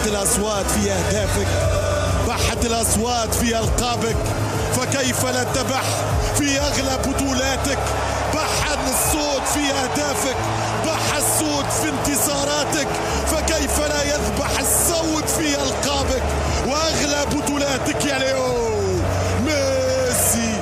بحت الأصوات في أهدافك، بحت الأصوات في ألقابك، فكيف لا تبح في أغلى بطولاتك؟ بح الصوت في أهدافك، بح الصوت في انتصاراتك، فكيف لا يذبح الصوت في ألقابك وأغلى بطولاتك يا ليو ميسي.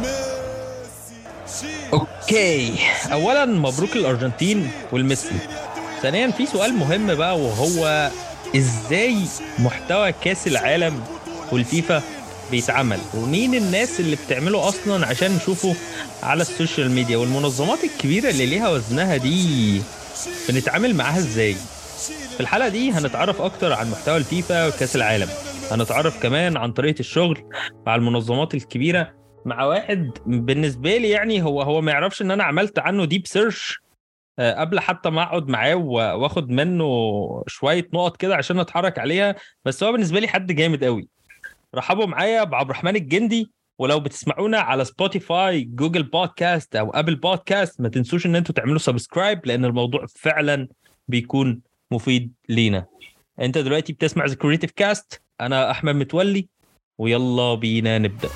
اوكي، اولا مبروك الارجنتين والميسي. ثانيا في سؤال مهم بقى، وهو ازاي محتوى كاس العالم والفيفا بيتعمل، ومين الناس اللي بتعمله اصلا عشان نشوفه على السوشيال ميديا، والمنظمات الكبيرة اللي ليها وزنها دي بنتعامل معاها ازاي. في الحلقة دي هنتعرف اكتر عن محتوى الفيفا وكاس العالم، هنتعرف كمان عن طريقة الشغل مع المنظمات الكبيرة، مع واحد بالنسبة لي يعني هو ما يعرفش ان انا عملت عنه ديب سيرش قبل حتى ما اقعد معاه واخد منه شوية نقط كده عشان اتحرك عليها. بس هو بالنسبة لي حد جامد قوي. رحبوا معايا بعبد الرحمن الجندي. ولو بتسمعونا على سبوتيفاي، جوجل بودكاست او ابل بودكاست، ما تنسوش ان انتوا تعملوا سبسكرايب، لان الموضوع فعلا بيكون مفيد لينا. انت دلوقتي بتسمع ذا كريتيف كاست، انا احمد متولي، ويلا بينا نبدأ.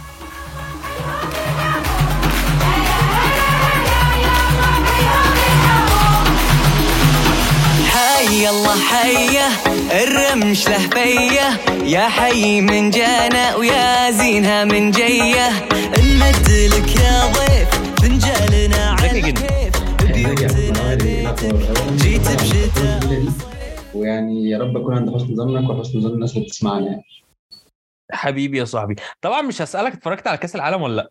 حي الله حيه الرمش له فيه، يا حي من جانا ويا زينها من جيه، نمد لك يا ضيف فنجالنا على كيف بيوتنا جيت بشتاء، ويعني يا رب اكون عند حسن ظنك وحسن ظن الناس اللي بتسمعنا. حبيبي يا صاحبي، طبعا مش هسألك اتفرجت على كأس العالم ولا لا.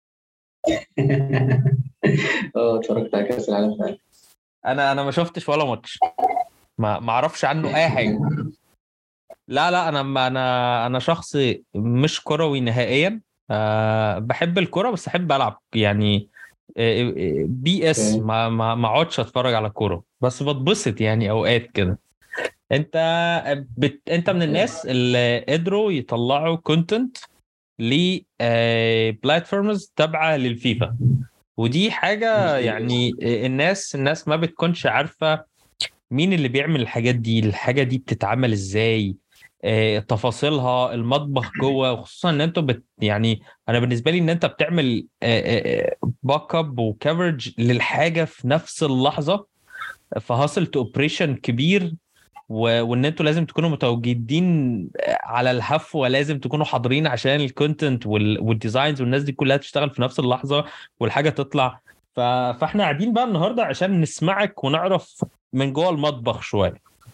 اتفرجت على كاس العالم فعلا. انا ما شفتش ولا ماتش، ما اعرفش عنه اي حاجه. لا انا شخص مش كروي نهائيا. بحب الكرة بس احب العب يعني. بي اس ما اقعدش اتفرج على الكوره، بس بتبسط يعني اوقات كده. انت انت من الناس اللي قدروا يطلعوا كونتنت ل بلاتفورمز تابعه للفيفا، ودي حاجه يعني الناس ما بتكونش عارفه مين اللي بيعمل الحاجات دي، الحاجه دي بتتعمل ازاي، تفاصيلها، المطبخ جوه. وخصوصا ان انتوا يعني انا بالنسبه لي ان انت بتعمل باك اب وكفرج للحاجه في نفس اللحظه، فهاسل تو اوبريشن كبير، وان انتوا لازم تكونوا متواجدين على الهف، ولازم تكونوا حاضرين عشان الكونتنت والديزاينز والناس دي كلها تشتغل في نفس اللحظه والحاجه تطلع. فاحنا قاعدين بقى النهارده عشان نسمعك ونعرف من جوه المطبخ شويه.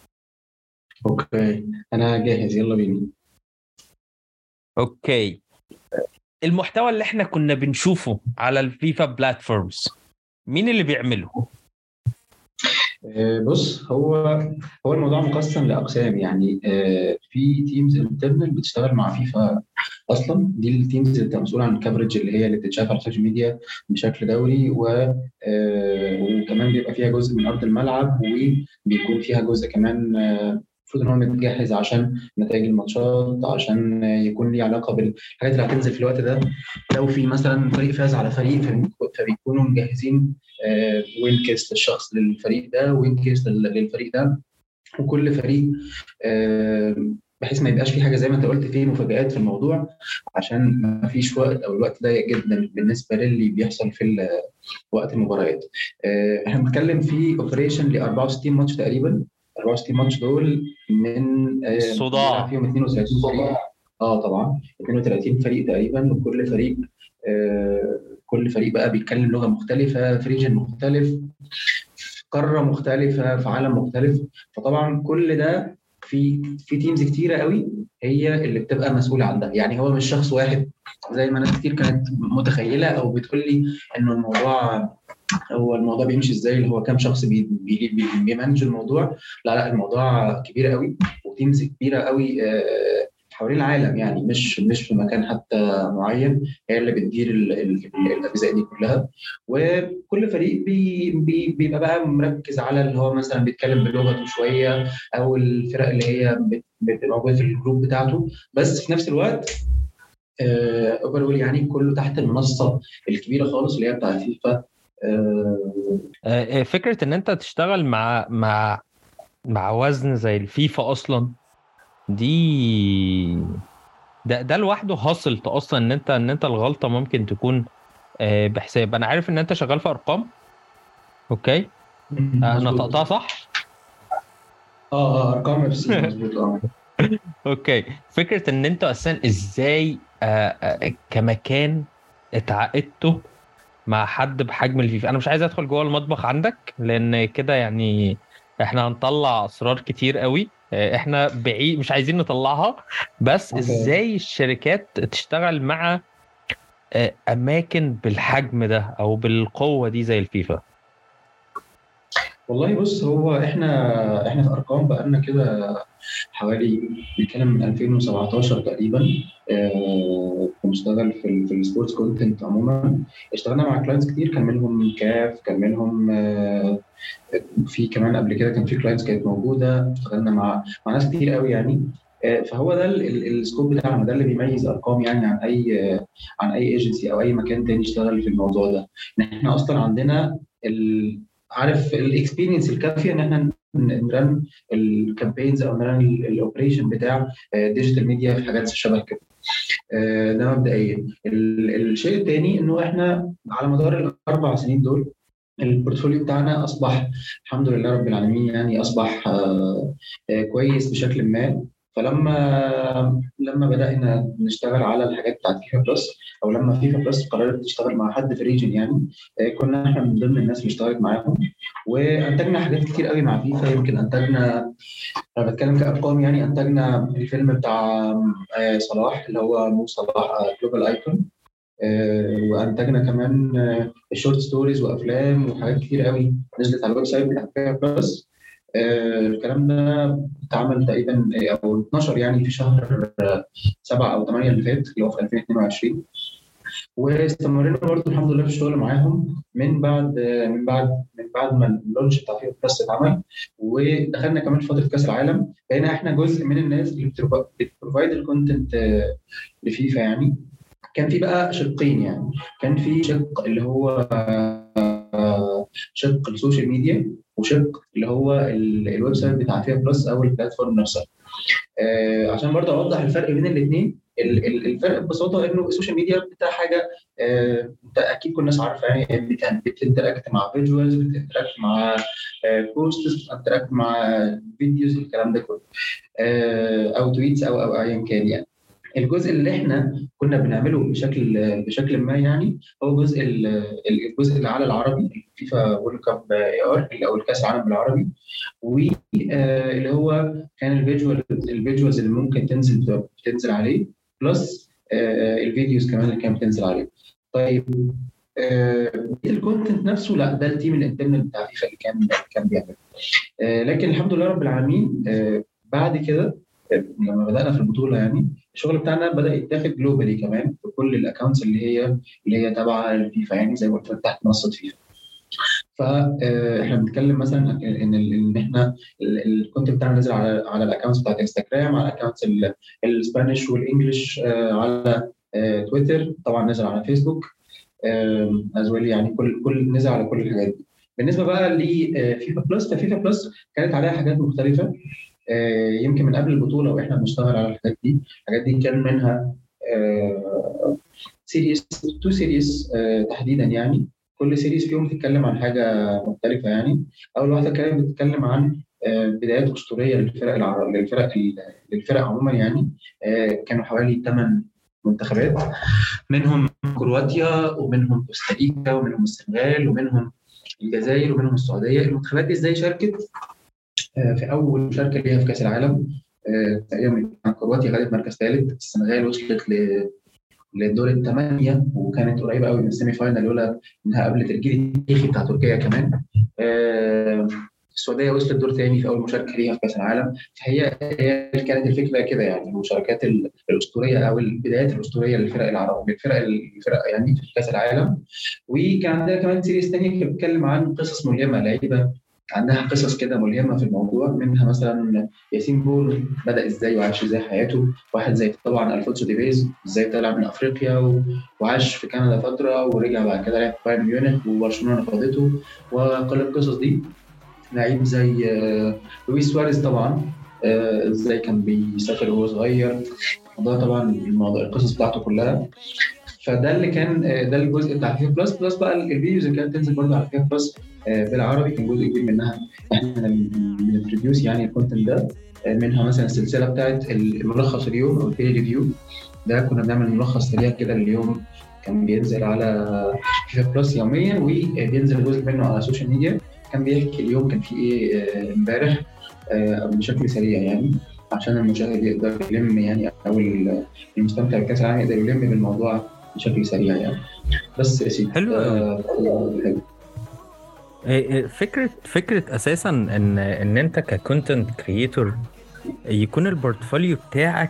اوكي انا جاهز، يلا بينا. اوكي، المحتوى اللي احنا كنا بنشوفه على الفيفا بلاتفورمز مين اللي بيعمله؟ بص، هو الموضوع مقسم لاقسام يعني. في تيمز انترنال بتشتغل مع فيفا اصلا، دي التيمز اللي مسؤوله عن الكفرج اللي هي اللي بتتشاف على السوشيال ميديا بشكل دوري، وكمان بيبقى فيها جزء من ارض الملعب، وبيكون فيها جزء كمان المفروض ان هو متجهز عشان نتائج الماتشات، عشان يكون ليه علاقه بالحاجات اللي هتنزل في الوقت ده. لو في مثلا فريق فاز على فريق فبيكونوا مجهزين وين كيس للشخص للفريق ده، وين كيس للفريق ده، وكل فريق بحيث ما يبقاش في حاجه زي ما انت قلت فيه مفاجآت في الموضوع، عشان ما فيش وقت او الوقت ضيق جدا بالنسبه للي بيحصل في وقت المباريات. احنا بنتكلم في اوبريشن ل 64 ماتش تقريبا. 64 ماتش دول من الصداع فيهم 32 فريق. طبعا 32 فريق تقريبا، وكل فريق كل فريق بقى بيتكلم لغه مختلفه، في ريجن مختلف، في قاره مختلفه، في عالم مختلف. فطبعا كل ده في تيمز كتيره قوي هي اللي بتبقى مسؤوله عن ده. يعني هو مش شخص واحد زي ما ناس كتير كانت متخيله او بتقول لي انه الموضوع بيمشي ازاي، اللي هو كام شخص بيمانج الموضوع. لا الموضوع كبير قوي، وتيمز كبيره قوي حوالين العالم، يعني مش في مكان حتى معين هي اللي بتدير الاجزاء دي كلها. وكل فريق بيبقى بقى مركز على اللي هو مثلا بيتكلم بلغته شويه، او الفرق اللي هي بتبقى موجوده في الجروب بتاعته. بس في نفس الوقت اوفرول يعني كله تحت المنصه الكبيره خالص اللي هي بتاعت فيفا. فكرة ان انت تشتغل مع وزن زي الفيفا اصلا، دي ده لوحده هاسلت اصلا، ان انت الغلطه ممكن تكون بحساب. انا عارف ان انت شغال في ارقام، اوكي. نطقتها صح؟ ارقام FC مظبوط. اوكي. فكره ان انت اصلا ازاي كمكان اتعاقدته مع حد بحجم الفيفا. انا مش عايز ادخل جوه المطبخ عندك لان كده يعني احنا هنطلع اسرار كتير قوي احنا بعيد مش عايزين نطلعها. بس ازاي الشركات تشتغل مع اماكن بالحجم ده او بالقوه دي زي الفيفا؟ والله بص، هو احنا في ارقام بقالنا كده حوالي، بنتكلم من 2017 تقريبا. بنشتغل في السبورتس كونتنت عموما. اشتغلنا مع كلاينتس كتير، كان منهم كاف، كان منهم في كمان قبل كده كان في كلاينتس كانت موجوده. اشتغلنا مع ناس كتير قوي يعني. فهو ده السكوب بتاعنا، ده اللي بيميز ارقام يعني عن اي ايجنسي او اي مكان تاني يشتغل في الموضوع ده. ان احنا اصلا عندنا عارف الاكسبيرينس الكافيه ان احنا نرن الكامبينز او نرن الاوبريشن بتاع ديجيتال ميديا في حاجات شبه كده. ده مبدئيا. الشيء الثاني انه احنا على مدار ال4 سنين دول البورتفوليو بتاعنا اصبح الحمد لله رب العالمين، يعني اصبح كويس بشكل ما. لما بدأنا نشتغل على الحاجات بتاعت فيفا بلس، او لما فيفا بلس قررت تشتغل مع حد في الريجن يعني، كنا احنا من ضمن الناس اللي اشتغلت معاهم، وانتجنا حاجات كتير قوي مع فيفا. يمكن انتجنا، انا بتكلم كارقام يعني، انتجنا الفيلم بتاع صلاح اللي هو مو صلاح جلوبال ايكون. وانتجنا كمان شورت ستوريز وافلام وحاجات كتير قوي نزلت على الويب سايت بتاع فيفا بلس. الكلام ده اتعمل تقريبا او اتنشر يعني في شهر 7 أو 8 اللي فات، اللي هو في 2022. واستمرينا برضه الحمد لله في الشغل معاهم من بعد ما اللونش بتاع فيفا بلس اتعمل، ودخلنا كمان في فتره كاس العالم. بقينا احنا جزء من الناس اللي بتبروفايد الكونتنت لفيفا يعني. كان في بقى شقين يعني، كان في شق اللي هو شق السوشيال ميديا، وشق اللي هو الويب سايت بتاع فيفا بلس او البلاتفورم نفسها. عشان برضه اوضح الفرق بين الاثنين. الفرق ببساطه انه السوشيال ميديا بتاع حاجه انت اكيد كل الناس عارفه يعني، بتنتراكت مع فيجوالز، بتنتراكت مع بوستس، بتنتراكت مع فيديوز، الكلام ده كله او تويتس او ايا كان يعني. الجزء اللي احنا كنا بنعمله بشكل ما يعني هو الجزء اللي على العربي، فيفا وورلد كاب AR او الكاس العالم بالعربي، واللي هو كان الفيجوالز اللي ممكن تنزل عليه، بلس الفيديوز كمان اللي كانت بتنزل عليه. طيب الكونتنت نفسه لا، ده التيم الانترنال بتاع فيفا اللي كان بيعمله. لكن الحمد لله رب العالمين بعد كده لما بدأنا في البطولة يعني الشغل بتاعنا بدأ يتاخد جلوبالي كمان في كل الاكونتس اللي هي تبع الفيفا يعني، زي ما قلت تحت منصة فيفا. فاحنا بنتكلم مثلا ان احنا الكونتنت بتاعنا نزل على الاكونتس بتاعت انستغرام، على الاكونتس الاسبانيش والانجلش، على تويتر، طبعا نزل على فيسبوك ازويل يعني، كل نزل على كل الحاجات دي. بالنسبه بقى لفيفا بلس، ففيفا بلس كانت عليها حاجات مختلفه. يمكن من قبل البطوله واحنا بنشتغل على الحاجات دي كان منها تو سيريز تحديدا يعني. كل سيريز فيهم بتتكلم عن حاجه مختلفه يعني. اول واحده كانت بتتكلم عن بدايات اسطوريه للفرق عموما يعني. كانوا حوالي 8 منتخبات، منهم كرواتيا ومنهم كوستاريكا ومنهم السنغال ومنهم الجزائر ومنهم السعوديه. المنتخبات دي ازاي شاركت في اول مشاركه ليها في كاس العالم؟ تقريبا كرواتيا خدت مركز ثالث، السنغال وصلت للدور الثمانيه وكانت قريبه قوي من السيمي فاينل لولا انها قابلت الجيل التاريخي بتاع تركيا كمان. السعوديه وصلت دور ثاني في اول مشاركه ليها في كاس العالم. فهي كانت الفكره كده يعني، المشاركات الاسطوريه او البدايات الاسطوريه للفرق العربيه، الفرق يعني في كاس العالم. وكان عندنا كمان سيريز ثانيه كانت بتتكلم عن قصص ملهمه، لعيبه عندها قصص كده ملهمه في الموضوع. منها مثلا ياسين بول بدا ازاي وعاش ازاي حياته، واحد زي طبعا الفونسو ديفيز ازاي طلع من افريقيا وعاش في كندا فتره ورجع بعد كده لعب في بايرن ميونخ وبرشلونه رفضته، وكل القصص دي. لعيب زي لويس سواريز طبعا ازاي كان بيسافر وهو صغير. ده طبعا الموضوع القصص بتاعته كلها. فده اللي كان ده الجزء بتاع فيفا بلس بقى الفيديوز اللي كانت تنزل برضه على فيفا بلس بالعربي، كان جزء كبير منها احنا بنبروديوس يعني الكونتنت ده. منها مثلا السلسله بتاعت الملخص اليوم او الديلي ريفيو، ده كنا بنعمل ملخص سريع كده اليوم، كان بينزل على فيفا بلس يوميا، وبينزل جزء منه على السوشيال ميديا، كان بيحكي اليوم كان فيه ايه امبارح بشكل سريع يعني، عشان المشاهد يقدر يلم يعني، او المستمتع بكاس العالم يقدر يلم بالموضوع بشكل سريع يعني. بس يا سيدي حلو قوي. فكره اساسا ان انت ككونتنت كرييتور يكون البورتفوليو بتاعك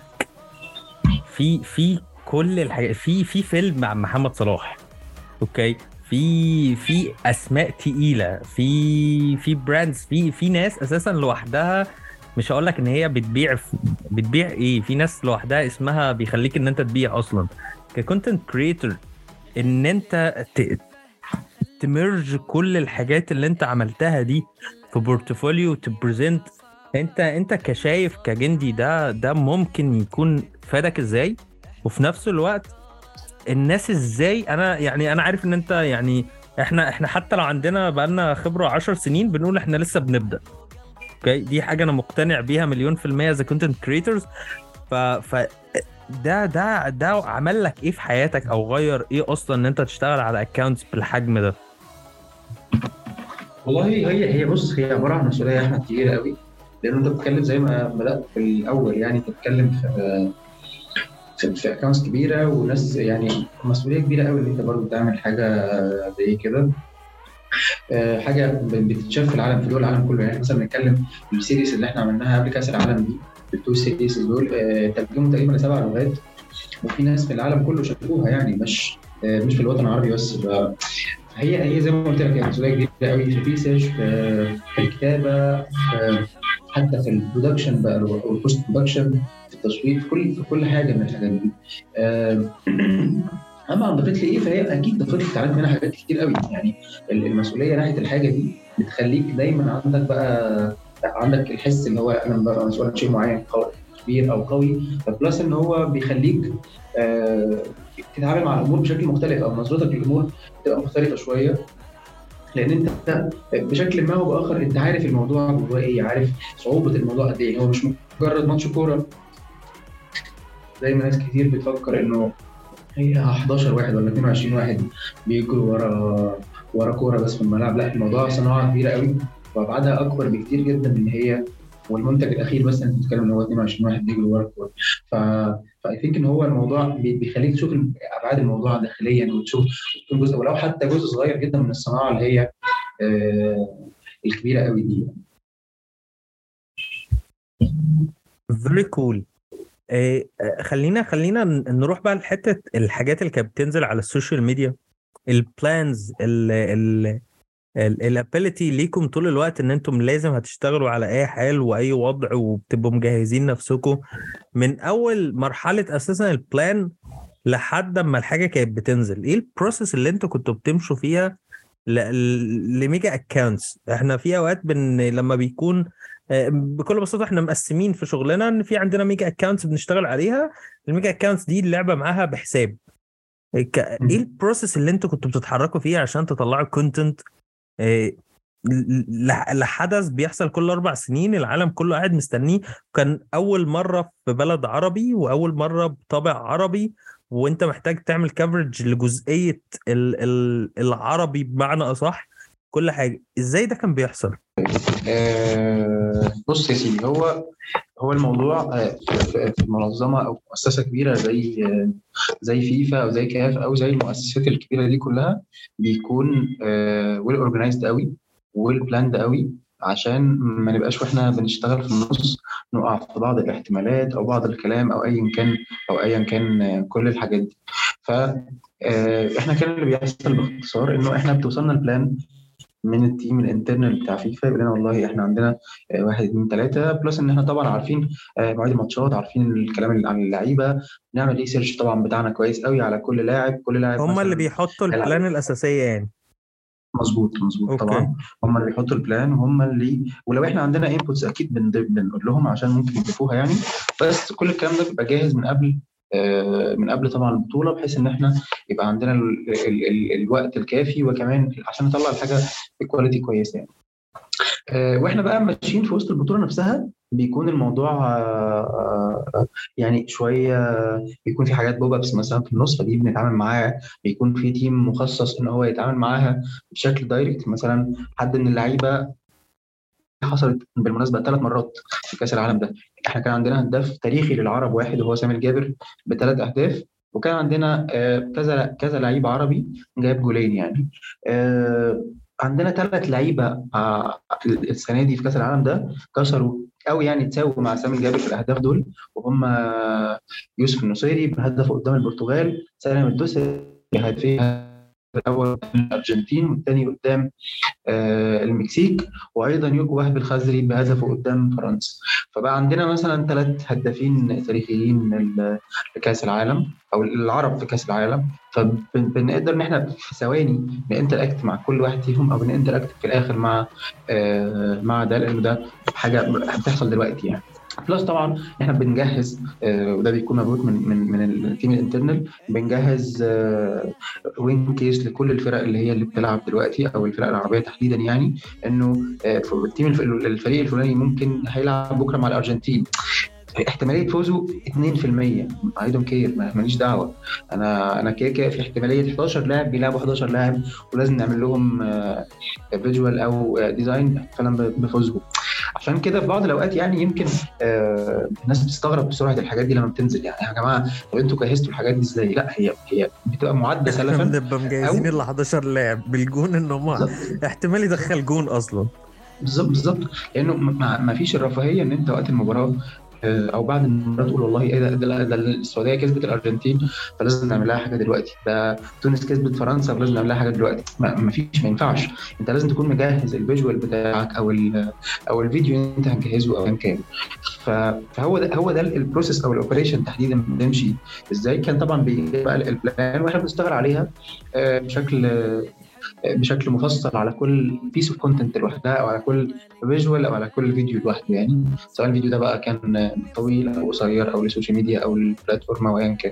في كل الحاجات، في فيلم مع محمد صلاح، اوكي، في اسماء تقيله، في براندز، في ناس اساسا لوحدها، مش هقول لك ان هي بتبيع ايه، في ناس لوحدها اسمها بيخليك ان انت تبيع اصلا ككونتنت كرييتور، ان انت تمرج كل الحاجات اللي انت عملتها دي في بورتفوليو تبريزنت. انت كشايف كجندي ده ممكن يكون فادك ازاي؟ وفي نفس الوقت الناس ازاي؟ انا عارف ان انت يعني احنا حتى لو عندنا بقالنا خبرة 10 سنين بنقول احنا لسه بنبدأ، اوكي، دي حاجة انا مقتنع بيها 100% as a content creators. ف ده عمل لك ايه في حياتك، او غير ايه اصلا ان انت تشتغل على اكاونتس بالحجم ده؟ والله هي بص، هي عباره عن مسؤوليه يا احمد كبيره قوي، لان انت بتتكلم زي ما بدات في الاول يعني، انت بتتكلم في اكونتس كبيره وناس، يعني مسؤوليه كبيره قوي ان انت برضه تعمل حاجه زي كده. حاجه بتتشاف في العالم، في دول العالم كله يعني. مثلا نتكلم السيريز اللي احنا عملناها قبل كاس العالم دي، التو سيريز دول ترجموا تقريبا 7 لغات، وفي ناس في العالم كله شافوها يعني، مش في الوطن العربي بس. هي زي ما قلت لك، هي مسؤوليه كبيره قوي في الريسيرش، في الكتابه، حتى في البرودكشن بقى والبوست برودكشن، في التصوير، في كل حاجه من الحاجات دي. اما ضافت لي ايه، فهي اكيد ضافت لي، اتعلمت منها حاجات كتير قوي يعني. المسؤوليه ناحيه الحاجه دي بتخليك دايما عندك الحس اللي هو انا ببقى مسؤول عن شيء معين كبير او قوي، بلس ان هو بيخليك تتعامل مع الامور بشكل مختلف، او نظرتك للامور تبقى مختلفه شويه، لان انت بشكل ما او باخر انت عارف الموضوع جواه ايه، عارف صعوبه الموضوع قد ايه. هو مش مجرد ماتش كوره زي ما ناس كتير بتفكر انه هي 11 واحد ولا 22 واحد بيجروا ورا كوره بس في الملعب. لا، الموضوع صناعه كبيره قوي وابعادها اكبر بكتير جدا من هي، والمنتج الاخير بس انت بتتكلم ان هو 22 واحد بيجروا ورا الكوره. فاي ثينك ان هو الموضوع بيخليك تشوف ابعاد الموضوع داخليا، وتشوف جزء ولو حتى جزء صغير جدا من الصناعه اللي هي الكبيره قوي دي. very cool. خلينا نروح بقى لحته الحاجات اللي كانت بتنزل على السوشيال ميديا، البلانز، الابيليتي ليكم طول الوقت ان انتم لازم هتشتغلوا على اي حال واي وضع، وبتبقوا مجهزين نفسكم من اول مرحله اساسا البلان لحد ما الحاجه كانت بتنزل. ايه البروسيس اللي انتوا كنتوا بتمشوا فيها لميجا اكاونتس؟ احنا في اوقات لما بيكون بكل بساطه احنا مقسمين في شغلنا ان في عندنا ميجا اكاونتس بنشتغل عليها، الميجا اكاونتس دي اللعبه معاها بحساب. ايه البروسيس اللي انتوا كنتوا بتتحركوا فيها عشان تطلعوا كونتنت لحدث بيحصل كل 4 سنين العالم كله قاعد مستنيه، وكان اول مره في بلد عربي واول مره بطابع عربي، وانت محتاج تعمل كفرج لجزئيه العربي بمعنى اصح كل حاجه؟ ازاي ده كان بيحصل؟ بص يا سيدي، هو الموضوع في منظمه او مؤسسه كبيره زي فيفا او زي كاف او زي المؤسسات الكبيره دي كلها، بيكون ويل اورجنايزد قوي، ويل بلاند قوي، عشان ما نبقاش واحنا بنشتغل في النص نقع في بعض الاحتمالات او بعض الكلام او ايا كان كل الحاجات دي. ف احنا كان اللي بيحصل باختصار انه احنا بتوصلنا البلان من التيم الانترنال بتاع فيفا، يقول لنا والله احنا عندنا 1 2 3، بلس ان احنا طبعا عارفين مواعيد الماتشات، عارفين الكلام عن اللعيبه، نعمل ريسيرش طبعا بتاعنا كويس قوي على كل لاعب هم اللي بيحطوا البلان الاساسيه يعني. مظبوط أوكي. طبعا. هم اللي بيحطوا البلان وهم اللي، ولو احنا عندنا انبوتس اكيد بنقول لهم عشان ممكن يضيفوها يعني، بس كل الكلام ده بيبقى جاهز من قبل طبعا البطوله، بحيث ان احنا يبقى عندنا الوقت الكافي، وكمان عشان نطلع الحاجه بكواليتي كويسه يعني. واحنا بقى ماشيين في وسط البطوله نفسها بيكون الموضوع يعني شويه، بيكون في حاجات بوب ابس مثلا في النص، فدي بنتعامل معاها، بيكون في تيم مخصص ان هو يتعامل معاها بشكل دايركت. مثلا حد من اللعيبه، حصلت بالمناسبه 3 مرات في كاس العالم ده، احنا كان عندنا هداف تاريخي للعرب واحد وهو سامي الجابر ب3 اهداف، وكان عندنا كذا لعيب عربي جايب جولين يعني. عندنا 3 لعيبه السنه دي في كاس العالم ده كسروا او يعني تساووا مع سامي الجابر في الاهداف دول، وهم يوسف النصيري بهدفه قدام البرتغال، سالم الدوسري بهدفين، الاول قدام الارجنتين والثاني قدام المكسيك، وايضا يوجو وهب الخزري بهدفه قدام فرنسا. فبقى عندنا مثلا 3 هدافين تاريخيين لكاس العالم او العرب في كاس العالم، فبنقدر ان احنا في ثواني نانتراكت مع كل واحد فيهم، او نانتراكت في الاخر مع ده، لان ده حاجه بتحصل دلوقتي يعني. بلس طبعا احنا بنجهز وده بيكون مبعوث من التيم الانترنال، بنجهز وين كيس لكل الفرق اللي بتلعب دلوقتي او الفرق العربيه تحديدا، يعني انه الفريق الفلاني ممكن هيلعب بكره مع الارجنتين، احتماليه فوزه 2%، I don't care، ماليش دعوه، انا كده في احتماليه 11 لاعب بيلعبوا 11 لاعب، ولازم نعمل لهم فيجوال او ديزاين فعلا بفوزهم. عشان كده في بعض الاوقات يعني يمكن الناس بتستغرب بسرعه الحاجات دي لما بتنزل، يعني يا جماعه طب انتوا جهزتوا الحاجات دي ازاي؟ لا، هي بتبقى معده سلفا، بنبقى مجهزين ال 11 لاعب بالجون ان هم احتمال يدخل جون اصلا. بالظبط، لانه ما فيش الرفاهيه ان انت وقت المباراه او بعد المباراه تقول والله ايه ده السعوديه كسبت الارجنتين فلازم نعمل لها حاجه دلوقتي، ده تونس كسبت فرنسا فلازم نعمل لها حاجه دلوقتي. ما ينفعش، انت لازم تكون مجهز الفيجوال بتاعك او الفيديو اللي انت هتجهزه او كان. فهو ده البروسيس او الاوبريشن تحديدا بتمشي ازاي. كان طبعا بقى البلان واحنا بنشتغل عليها بشكل مفصل على كل بيس اوف كونتنت لوحدها، او على كل فيجوال او على كل فيديو لوحده، يعني سواء الفيديو ده بقى كان طويل او قصير او للسوشيال ميديا او البلاتفورم او ايا كان.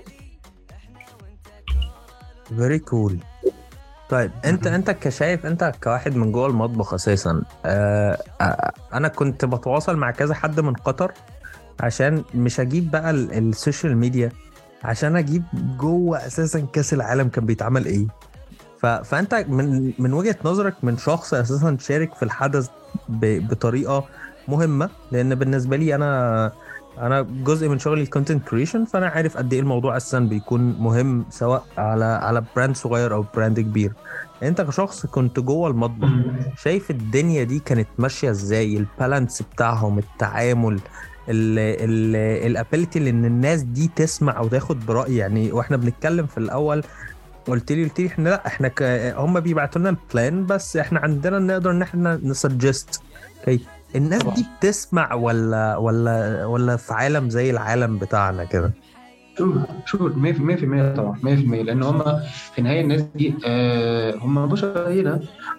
فيري كول. طيب انت كشايف، انت كواحد من جوه المطبخ اساسا، انا كنت بتواصل مع كذا حد من قطر عشان مش اجيب بقى السوشيال ميديا، عشان اجيب جوه اساسا كاس العالم كان بيتعمل ايه. فانت من وجهة نظرك، من شخص اساسا شارك في الحدث بطريقة مهمة، لان بالنسبة لي انا جزء من شغلي الكونتنت كريشن، فانا عارف قد ايه الموضوع اساسا بيكون مهم سواء على براند صغير او براند كبير. انت كشخص كنت جوه المطبخ، شايف الدنيا دي كانت ماشية ازاي؟ البالانس بتاعهم، التعامل، الابيليتي لان الناس دي تسمع او تاخد برأي. يعني واحنا بنتكلم في الاول قلت لي احنا لا، احنا هم بيبعتوا لنا البلان، بس احنا عندنا نقدر ان احنا نسجست. الناس دي بتسمع ولا في عالم زي العالم بتاعنا كده؟ شور 100% طبعا 100%، لان هم في النهايه الناس دي هم بشر زينا،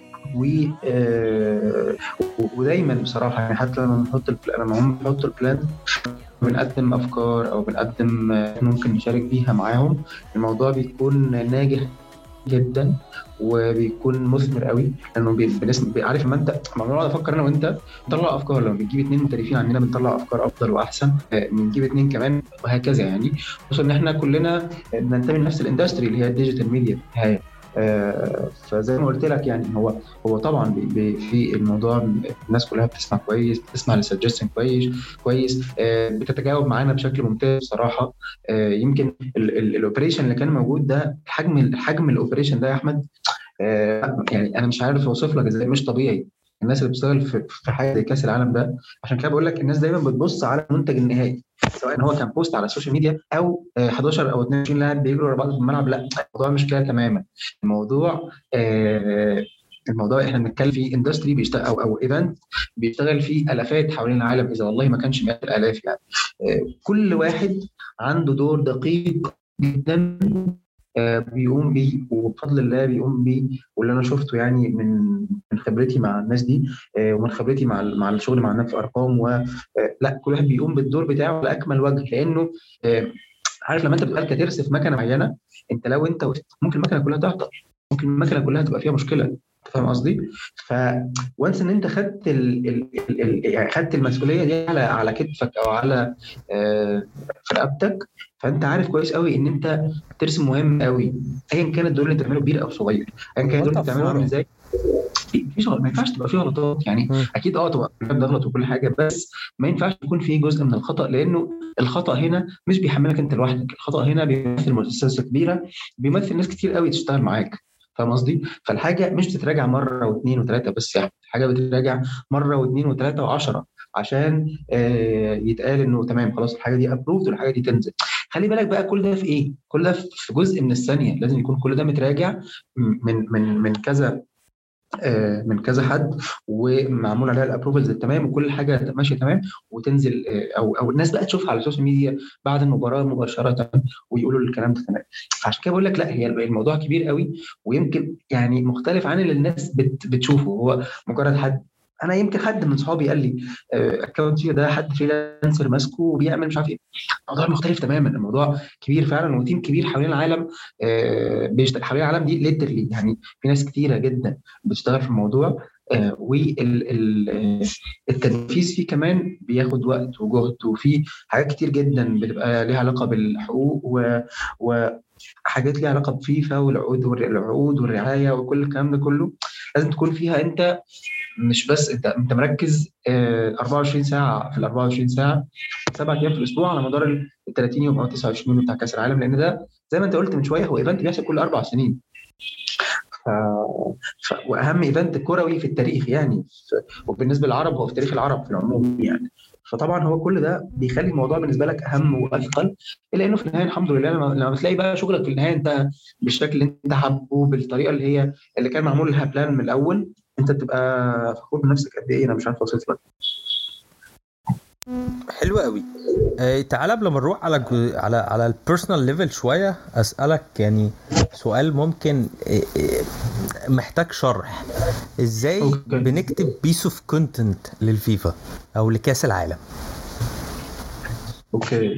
ودايما بصراحه يعني حتى لما هم بيحطوا البلان بنقدم افكار او بنقدم ممكن نشارك بيها معاهم، الموضوع بيكون ناجح جدا وبيكون مثمر قوي، لانه عارف لما انت بنقعد افكر انا وانت نطلع افكار، لما بنجيب 2 محترفين عندنا بنطلع افكار افضل واحسن، بنجيب 2 كمان وهكذا يعني. خصوصا ان احنا كلنا بننتمي لنفس الاندستري اللي هي الديجيتال ميديا هي. فزي ما قلت لك يعني هو طبعا في الموضوع الناس كلها بتسمع كويس، بتسمع للسجستشن كويس، بتتجاوب معانا بشكل ممتاز بصراحه. يمكن الاوبريشن اللي كان موجود ده، حجم الاوبريشن ده يا احمد، يعني انا مش عارف اوصف لك ازاي، مش طبيعي. الناس اللي بتشتغل في حاجه زي كاس العالم ده، عشان كده بقول لك الناس دايما بتبص على المنتج النهائي، سواء هو كان بوست على السوشيال ميديا او 11 او 22 لاعب بيجروا ورا بعض في الملعب. لا، الموضوع مش كده تماما. الموضوع احنا بنتكلم في اندستري بيشتغل او ايفنت بيشتغل فيه الافات حوالين العالم، اذا والله ما كانش مئات الالاف يعني. كل واحد عنده دور دقيق جدا بيقوم بيه، وبفضل الله بيقوم بيه. واللي انا شفته يعني من خبرتي مع الناس دي، ومن خبرتي مع الشغل مع الناس في ارقام، لا كل واحد بيقوم بالدور بتاعه على اكمل وجه. لانه عارف لما انت بتبقى كترس في مكنه معينه، انت لو انت ممكن المكنه كلها تعطل، ممكن المكنه كلها تبقى فيها مشكله. فاهم قصدي؟ وانس ان انت خدت يعني خدت المسؤوليه دي على كتفك او على في رقبتك، فانت عارف كويس قوي ان انت ترسم مهم قوي، ايا كان الدور اللي انت بتعمله كبير او صغير، ايا كان الدور اللي انت بتعمله عامل ازاي. ما ينفعش تبقى فيه غلطات يعني. اكيد تبقى بتغلط وكل حاجه، بس ما ينفعش يكون فيه جزء من الخطا، لانه الخطا هنا مش بيحملك انت لوحدك، الخطا هنا بيمثل مؤسسه كبيره، بيمثل ناس كتير قوي تشتغل معاك. فاهم قصدي؟ فالحاجه مش بتتراجع مره واثنين وثلاثه بس، يعني الحاجه بتتراجع مره واثنين وثلاثه وعشرة عشان يتقال انه تمام خلاص الحاجه دي ابروفد والحاجه دي تنزل. خلي بالك بقى كل ده في ايه؟ كل ده في جزء من الثانيه، لازم يكون كل ده متراجع من كذا حد، ومعمول عليها الابروفلز التمام، وكل حاجه ماشيه تمام، وتنزل او الناس بقى تشوفها على السوشيال ميديا بعد المباراه مباشره ويقولوا الكلام ده تمام. فعشان كده بقول لك لا، هي الموضوع كبير قوي، ويمكن يعني مختلف عن اللي الناس بتشوفه. هو مجرد حد، انا يمكن حد من صحابي قال لي اكونت ده حد فريلانسر ماسكه وبيعمل مش عارف ايه. الموضوع مختلف تماما، الموضوع كبير فعلا، وتيم كبير حوالين العالم بيشتغل حوالين العالم دي ليترلي، يعني في ناس كتيره جدا بتشتغل في الموضوع. والتنفيذ فيه كمان بياخد وقت وجهد، وفي حاجات كتير جدا بتبقى ليها علاقه بالحقوق وحاجات ليها علاقه بفيفا والعقود والرعايه وكل الكلام ده كله، لازم تكون فيها انت مش بس انت مركز 24 ساعه في ال 24 ساعه 7 ايام في الاسبوع على مدار ال 30 يوم او 29 يوم بتاع كاس العالم، لان ده زي ما انت قلت من شويه هو ايفنت بيحصل كل 4 سنين. واهم ايفنت كروي في التاريخ يعني، وبالنسبه للعرب هو في تاريخ العرب في العموم يعني. فطبعا هو كل ده بيخلي الموضوع بالنسبه لك اهم واثقل، الا انه في النهايه الحمد لله لما بتلاقي بقى شغلك في النهايه انت بالشكل اللي انت حابه، بالطريقه اللي كان معمول لها بلان من الاول، انت بتبقى فخور بنفسك قد ايه. انا مش عارف اوصف لك. حلو قوي. تعالى قبل ما نروح على البيرسونال ليفل شويه، اسالك يعني سؤال ممكن محتاج شرح. ازاي بنكتب بيس اوف كونتنت للفيفا او لكاس العالم؟ اوكي.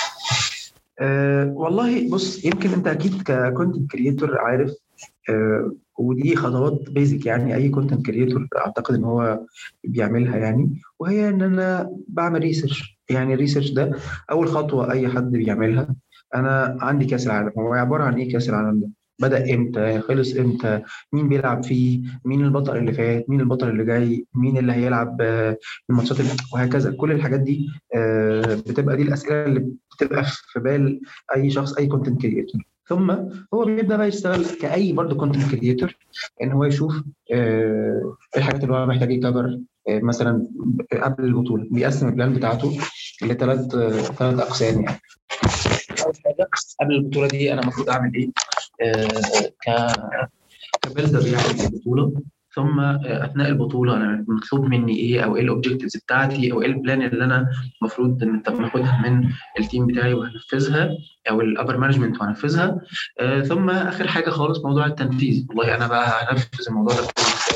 والله بص، يمكن انت اكيد ككونتنت كريتور عارف، ودي خطوات بيزك يعني اي كونتنت كريتور اعتقد ان هو بيعملها يعني، وهي ان انا بعمل ريسيرش. يعني الريسيرش ده اول خطوه اي حد بيعملها. انا عندي كاس العالم، هو عباره عن ايه كاس العالم ده؟ بدأ امتى؟ خلص امتى؟ مين بيلعب فيه؟ مين البطل اللي فات؟ مين البطل اللي جاي؟ مين اللي هيلعب الماتشات وهكذا. كل الحاجات دي بتبقى دي الاسئله اللي بتبقى في بال اي شخص، اي كونتنت كريتور. ثم هو بيبدا بقى يشتغل كاي برضه كونتنت كريتور، ان هو يشوف الحاجات اللي هو محتاج يكفر. مثلا قبل البطوله بيقسم البلان بتاعته لثلاث اقسام يعني. اول حاجه قبل البطوله دي انا المفروض اعمل ايه كبيلدر يعني البطوله. ثم اثناء البطوله انا مطلوب مني ايه، او ايه الاوبجكتيفز بتاعتي، او ايه البلان اللي انا المفروض ناخدها من التيم بتاعي وهنفذها، او الابر مانجمنت وهنفذها. ثم اخر حاجه خالص موضوع التنفيذ. والله انا بقى هنفذ الموضوع ده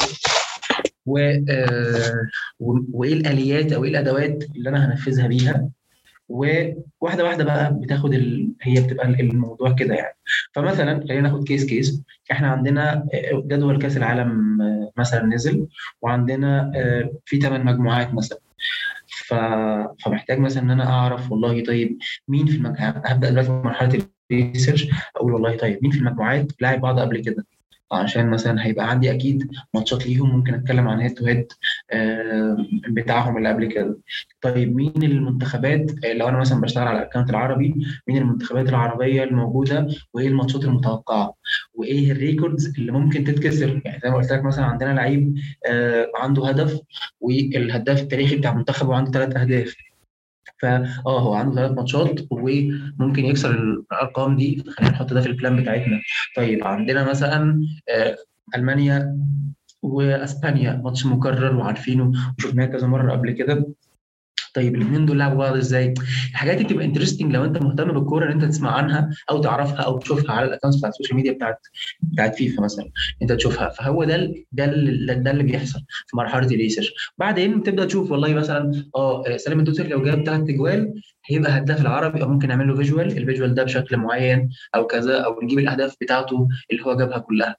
وايه الاليات او ايه الادوات اللي انا هنفذها بيها. وواحده واحده بقى بتاخد هي بتبقى الموضوع كده يعني. فمثلا خلينا ناخد كيس. احنا عندنا جدول كاس العالم مثلا نزل، وعندنا في 8 مجموعات مثلا. فمحتاج مثلا ان انا اعرف والله طيب مين في هبدا دلوقتي مرحله الريسيرش، اقول والله طيب مين في المجموعات لاعب بعض قبل كده، عشان مثلا هيبقى عندي اكيد ماتشات ليهم، ممكن اتكلم عن هيد تو هيد بتاعهم اللي قبل كده. طيب مين المنتخبات، لو انا مثلا بشتغل على الاكونت العربي، مين المنتخبات العربيه الموجوده، وايه الماتشات المتوقعه، وايه الريكوردز اللي ممكن تتكسر. يعني زي ما قلت لك مثلا عندنا لعيب عنده هدف، والهداف التاريخي بتاع منتخبه عنده 3 اهداف. هو عنده 3 ماتشات وممكن يكسر الارقام دي، خلينا نحط ده في البلان بتاعتنا. طيب عندنا مثلا المانيا واسبانيا، ماتش مكرر وعارفينه وشفناه كذا مره قبل كده. طيب الاثنين دول لعبوا بعض ازاي؟ الحاجات دي بتبقى انترستنج لو انت مهتم بالكوره، ان انت تسمع عنها او تعرفها او تشوفها على الاكونتس بتاعت السوشيال ميديا بتاعت فيفا مثلا، انت تشوفها. فهو ده اللي بيحصل في مرحله الريسيرش. بعدين تبدا تشوف والله مثلا سالم الدوسري لو جاب 3 اجوال هيبقى هداف العربي، او ممكن نعمل له الفيجوال ده بشكل معين او كذا، او نجيب الاهداف بتاعته اللي هو جابها كلها.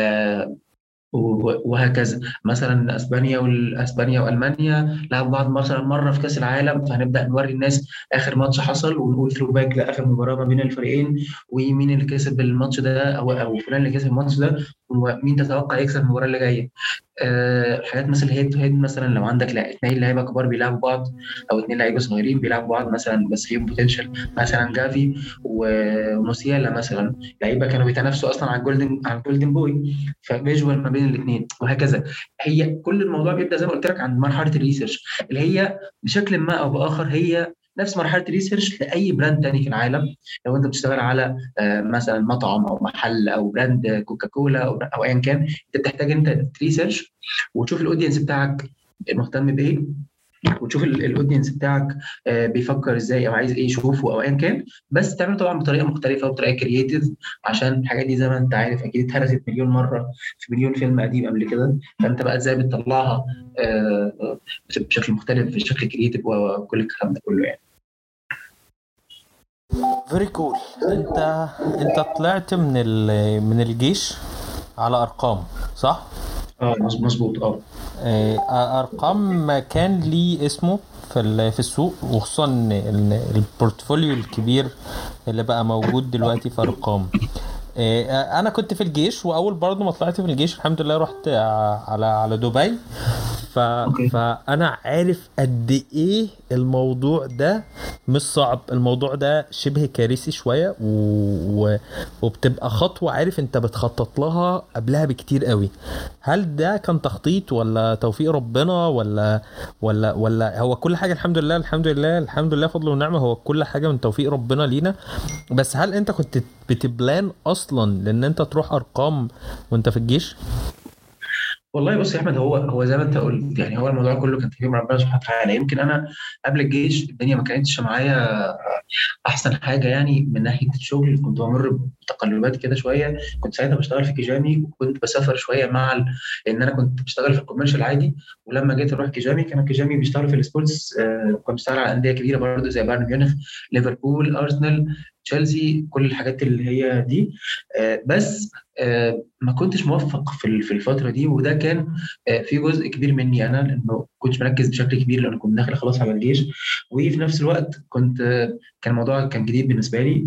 وهكذا. مثلا اسبانيا والمانيا لعبوا بعض مثلا مره في كاس العالم، فهنبدا نوري الناس اخر ماتش حصل ونقول ثرو باك لاخر مباراه ما بين الفريقين، ومين اللي كسب الماتش ده او فلان اللي كسب الماتش ده، ومين تتوقع يكسب المباراه اللي جايه. حاجات مثلا هيد تو هيد، مثلا لو عندك اثنين لعيبه كبار بيلعبوا بعض او اثنين لعيبه صغيرين بيلعبوا بعض مثلا بس فيهم بوتنشال، مثلا جافي وموسيالا مثلا، لعيبه كانوا بيتنافسوا اصلا على الجولدن بوي، ففيجوال ما بين الاثنين وهكذا. هي كل الموضوع بيبدا زي ما قلت لك عند مرحله الريسيرش، اللي هي بشكل ما او باخر هي نفس مرحله الريسيرش لاي براند تاني في العالم. لو انت بتشتغل على مثلا مطعم او محل او براند كوكاكولا او ايا كان، انت بتحتاج انت ريسيرش وتشوف الاودينس بتاعك مهتم بايه، وتشوف الاودينس بتاعك بيفكر ازاي او عايز ايه يشوفه او ايا كان، بس تعمله طبعا بطريقه مختلفه وبطريقه كرييتيف، عشان الحاجات دي زي ما انت عارف اكيد اتهرست مليون مره في مليون فيلم قديم قبل كده. فانت بقى ازاي بتطلعها بشكل مختلف، بشكل كرييتيف وكل الكلام ده كله يعني. فيري كول. انت طلعت من الجيش على ارقام صح؟ مظبوط. ارقام كان ليه اسمه في السوق، وخصوصا البورتفوليو الكبير اللي بقى موجود دلوقتي في ارقام. انا كنت في الجيش، واول برضه ما طلعت من الجيش الحمد لله رحت على دبي. فانا عارف قد ايه الموضوع ده مش صعب، الموضوع ده شبه كارثي شويه، وبتبقى خطوه عارف انت بتخطط لها قبلها بكتير قوي. هل ده كان تخطيط ولا توفيق ربنا ولا هو كل حاجه؟ الحمد لله فضل ونعمه، هو كل حاجه من توفيق ربنا لينا. بس هل انت كنت بتبلان اصلا لان انت تروح ارقام وانت في الجيش؟ والله بص يا احمد، هو زي ما انت قلت يعني، هو الموضوع كله كان في ربنا سبحانه وتعالى. يمكن انا قبل الجيش الدنيا ما كانتش معايا احسن حاجه يعني من ناحيه الشغل، كنت بمر بتقلبات كده شويه. كنت ساعتها بشتغل في كيجامي، وكنت بسافر شويه لان انا كنت بشتغل في الكوميرشال عادي. ولما جيت اروح كيجامي، كان كيجامي بيشتغل في السبورتس، كنت بشتغل على انديه كبيره برضه زي بايرن ميونخ، ليفربول، ارسنال، تشيلسي، كل الحاجات اللي هي دي. بس ما كنتش موفق في الفتره دي، وده كان في جزء كبير مني انا، لانه كنتش مركز بشكل كبير لان كنت داخل خلاص على الجيش، وفي نفس الوقت كان الموضوع كان جديد بالنسبه لي.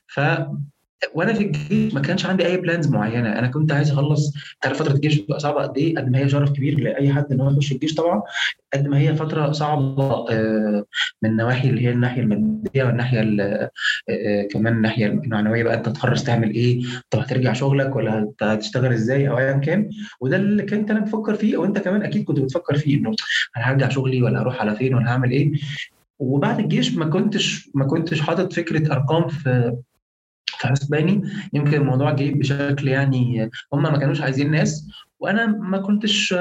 وانا في الجيش ما كانش عندي اي بلانز معينه، انا كنت عايز اخلص. تعرف فتره الجيش بتبقى صعبه قد ايه؟ قد ما هي شرف كبير لاي حد ان هو يخش الجيش طبعا، قد ما هي فتره صعبه من النواحي اللي هي الناحيه الماديه والناحيه كمان الناحيه المعنويه. بقى انت تخرج تعمل ايه؟ طب هترجع شغلك ولا هتشتغل ازاي او ايا كان؟ وده اللي كنت انا بفكر فيه، وانت كمان اكيد كنت بتفكر فيه، انه انا هرجع شغلي ولا هروح على فين ولا هعمل ايه. وبعد الجيش ما كنتش حاطط فكره ارقام في حسباني. يمكن الموضوع جه بشكل يعني هم ما كانوش عايزين ناس، وانا ما كنتش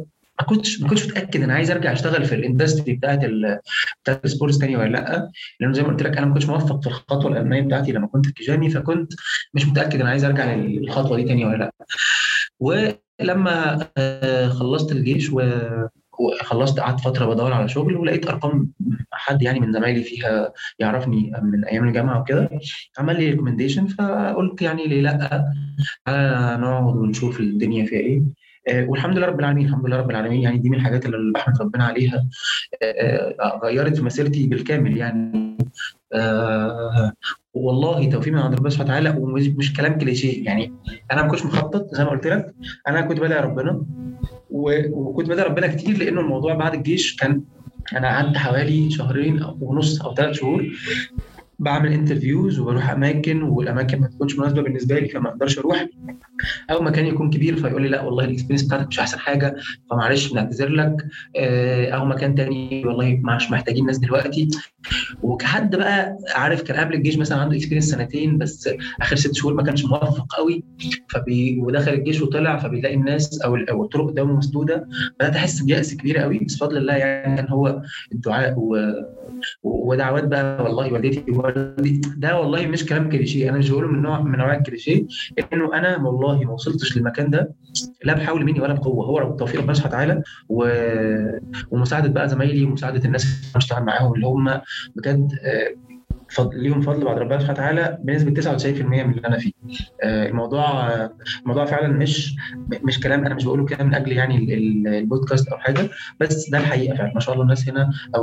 متاكد انا عايز ارجع اشتغل في الاندستري بتاعت السبورتس تاني ولا لا، لانه زي ما قلت لك انا ما كنتش موفق في الخطوه الاولانيه بتاعتي لما كنت في كيجامي، فكنت مش متاكد انا عايز ارجع للخطوه دي تاني ولا لا. ولما خلصت الجيش وخلصت، قعدت فتره بدور على شغل، ولقيت ارقام حد يعني من زمايلي فيها يعرفني من ايام الجامعه وكده، عمل لي ريكومنديشن. فقلت يعني ليه لا، نقعد ونشوف الدنيا فيها ايه. والحمد لله رب العالمين يعني دي من الحاجات اللي بحمد ربنا عليها، غيرت في مسيرتي بالكامل يعني. والله توفيق من عند ربنا سبحانه وتعالى، ومش كلام كليشيه يعني. انا ما كنتش مخطط زي ما قلت لك، انا كنت بدعي ربنا، وكنت بدعي ربنا كتير، لانه الموضوع بعد الجيش انا قعدت حوالي 2.5 شهور او 3 شهور بعمل انترفيوز وبروح اماكن، والاماكن ما تكونش مناسبه بالنسبه لي فما اقدرش اروح، او مكان يكون كبير فيقول لي لا والله الاكسبيرينس بتاعتك مش احسن حاجه فمعلش بنعتذر لك، او مكان تاني والله مش محتاجين ناس دلوقتي. وكحد بقى عارف كان قبل الجيش مثلا عنده اكسبيرينس سنتين بس اخر 6 شهور ما كانش موفق قوي، ودخل الجيش وطلع فبيلاقي الناس او الطرق قدامه مسدوده، بدات احس بيأس كبير قوي. بس بفضل الله يعني كان هو الدعاء ودعوات بقى والله والدتي ووالدي، ده والله مش كلام كليشيه، انا مش بقوله من نوع الكليشيه، انه انا والله ما وصلتش للمكان ده لا بحول مني ولا بقوه، هو توفيق ربنا سبحانه وتعالى ومساعده بقى زمايلي ومساعده الناس اللي بشتغل معاهم اللي هم بجد ليهم فضل بعد ربنا سبحانه وتعالى بنسبه 99% من اللي انا فيه. الموضوع فعلا مش كلام، انا مش بقوله كده من اجل يعني البودكاست او حاجه، بس ده الحقيقه فعلا. ما شاء الله الناس هنا او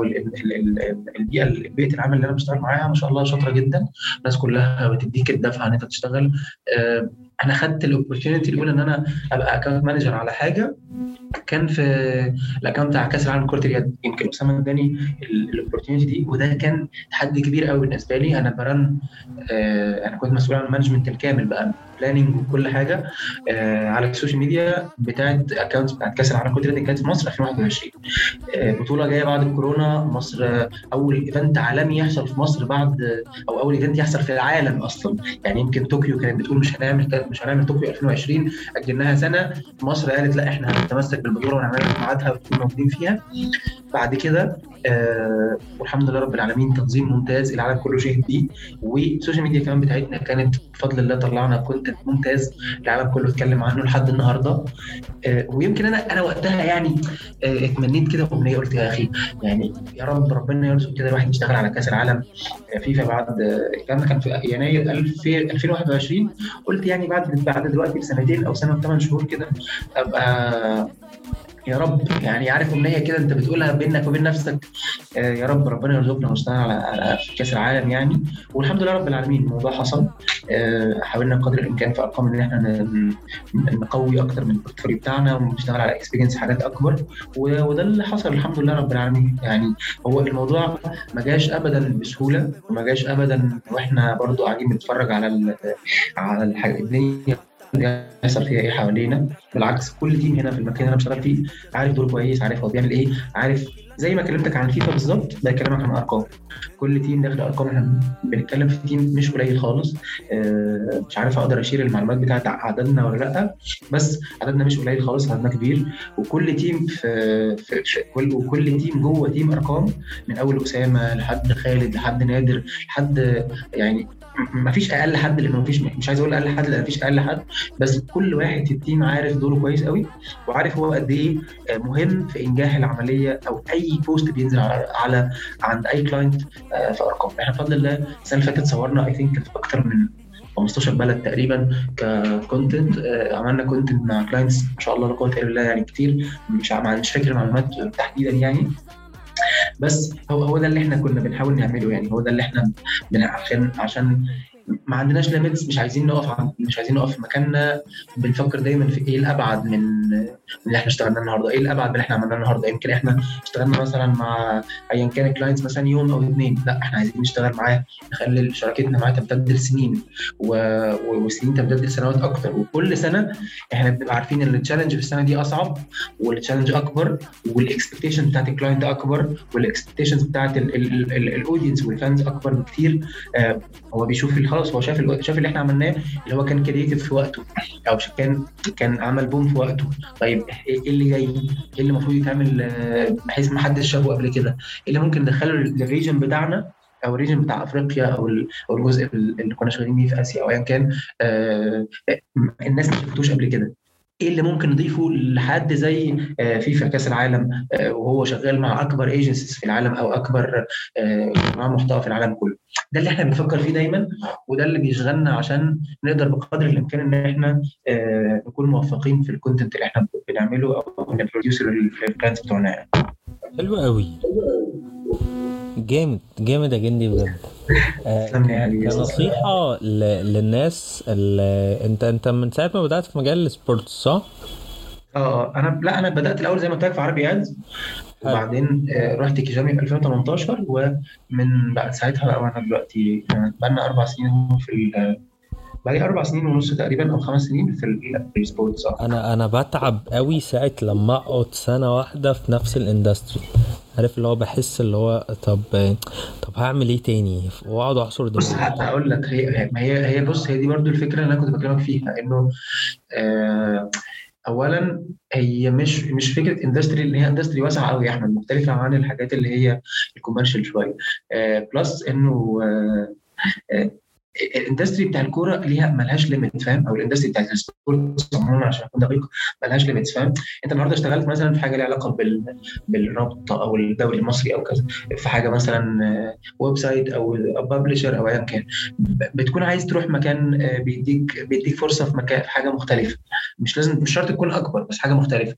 بيئه العمل اللي انا بشتغل معاها ما شاء الله شاطره جدا، الناس كلها بتديك الدفعه ان انت تشتغل. انا خدت الاوبورتيونيتي الاولى ان انا ابقى اكونت مانجر على حاجه كان في الاكونت بتاع كاس العالم كره اليد، يمكن اسامه اداني الاوبورتيونيتي دي، وده كان تحدي كبير قوي بالنسبه لي. انا انا كنت مسؤول عن المانجمنت الكامل بقى، بلاننج وكل حاجه على السوشيال ميديا بتاعت اكونت بتاعت كاس العالم كره اليد كانت في مصر 2021. بطوله جايه بعد الكورونا، مصر اول ايفنت عالمي يحصل في مصر بعد، او اول ايفنت يحصل في العالم اصلا. يعني يمكن طوكيو كانت بتقول مش هنعمل طوكيو 2020، اجلناها سنه، مصر قالت لا احنا هنتمسك بالبطوله ونعملها في ميعادها ونكون موجودين فيها. بعد كده والحمد لله رب العالمين تنظيم ممتاز العالم كله شاهد بيه، والسوشيال ميديا كمان بتاعتنا كانت بفضل الله طلعنا كونتنت ممتاز العالم كله اتكلم عنه لحد النهارده. ويمكن انا وقتها يعني اتمنيت كده امنيه، قلت يا اخي يعني يا رب ربنا يرزق كده الواحد يشتغل على كاس العالم فيفا بعد الكلام ده كان في يناير 2021. قلت يعني بعد دلوقتي بسنتين او سنه و8 شهور كده ابقى يا رب يعني عارف امنيه كده انت بتقولها بينك وبين نفسك، يا رب ربنا يرزقنا ونشتغل على كاس العالم يعني. والحمد لله رب العالمين الموضوع حصل. حاولنا بقدر الامكان في ارقام ان احنا نقوي اكتر من البورتفوليو بتاعنا ونشتغل على اكسبيرينس حاجات اكبر، وده اللي حصل الحمد لله رب العالمين. يعني هو الموضوع ما جاش ابدا بسهوله، وما جاش ابدا واحنا برضو قاعدين بنتفرج على الحاجه الدنيا بيحصل فيها ايه حوالينا. بالعكس كل تيم هنا في المكان اللي انا بشتغل فيه عارف دوره كويس، عارف هو بيعمل ايه، عارف زي ما كلمتك عن فيفا بالظبط بكلمك عن ارقام. كل تيم داخل ارقام، احنا بنتكلم في تيم مش قليل خالص. مش عارف اقدر اشير المعلومات بتاعت عددنا ولا لا، بس عددنا مش قليل خالص، عددنا كبير. وكل تيم وكل تيم جوه تيم ارقام، من اول اسامه لحد خالد لحد نادر لحد يعني ما فيش اقل حد، لانه مش عايز اقول اقل حد لان ما فيش اقل حد، بس كل واحد في التيم عارف دوره كويس قوي، وعارف هو قد ايه مهم في انجاح العمليه او اي بوست بينزل عند اي كلاينت في ارقام. احنا بفضل الله السنه اللي فاتت صورنا اي ثينك في اكتر من 15 بلد تقريبا ككونتنت. عملنا كونتنت مع كلاينتس ما شاء الله لا قوه الا بالله يعني كتير، مش فاكر المعلومات تحديدا يعني، بس هو ده اللي احنا كنا بنحاول نعمله. يعني هو ده اللي احنا عشان ما عندناش ليميتس، مش عايزين نقف في مكاننا، بنفكر دايما في ايه الابعد من اللي احنا اشتغلنا النهارده، ايه الابعد من اللي احنا عملناه النهارده. يمكن احنا اشتغلنا مثلا مع ايا كان الكلاينتس مثلا يوم او اثنين، لا احنا عايزين نشتغل معاه نخلي شراكتنا معاه تمتد لسنين وسنين تمتد لسنوات اكتر. وكل سنه احنا بنبقى عارفين ان التشالنج في السنه دي اصعب والتشالنج اكبر والاكسبكتيشن بتاعت الكلاينت اكبر والاكسبكتيشنز بتاعت الاودينس والفانز اكبر بكتير. هو بيشوف خلاص، هو شاف اللي احنا عملناه اللي هو كان كرييتيف في وقته او كان عمل بوم في وقته. طيب ايه اللي جاي، ايه اللي المفروض يتعمل بحيث ما حدش شافه قبل كده، ايه اللي ممكن ندخله للريجن بتاعنا او الريجن بتاع افريقيا او الجزء اللي كنا شغالين بيه في اسيا او ايا كان، الناس ما شافتوش قبل كده. ايه اللي ممكن نضيفه لحد زي فيفا كاس العالم وهو شغال مع اكبر ايجنسيز في العالم او اكبر مع محتوى في العالم كله. ده اللي احنا بنفكر فيه دايما، وده اللي بيشغلنا عشان نقدر بقدر الامكان ان احنا نكون موفقين في الكونتنت اللي احنا بنعمله او نبروديوسر للكلاينتس بتوعنا يعني. حلو قوي، جامد يا جندي بجد. انا بدات الاول زي ما قلت لك في عربي ادز، وبعدين رحت كيجامي في 2018، ومن بعد ساعتها بقى وانا دلوقتي بقى لنا 4 سنين بقى لي 4 سنين ونص تقريبا او 5 سنين في السبورتس. انا بتعب قوي ساعه لما اقعد سنه واحده في نفس الاندستري، عارف اللي هو بحس اللي هو طب هعمل ايه تاني، واقعد احصر بص دماغي. هقول لك، هي بص، هي دي برضو الفكره اللي انا كنت بكلمك فيها، انه اولا هي مش فكره اندستري اللي هي اندستري واسعه قوي يا احمد، مختلفه عن الحاجات اللي هي الكوميرشال شويه. بلس انه الاندستري بتاع الكوره ليها ملهاش ليميت، فاهم؟ او الاندستري بتاعت السبورت عموما عشان اكون دقيق ملهاش ليميت، فاهم؟ انت النهارده اشتغلت مثلا في حاجه ليها علاقه بالرابطه او الدوري المصري او كذا، في حاجه مثلا ويب سايت او ببلشر او ايا كان، بتكون عايز تروح مكان بيديك فرصه في مكان، في حاجه مختلفه، مش شرط تكون اكبر بس حاجه مختلفه،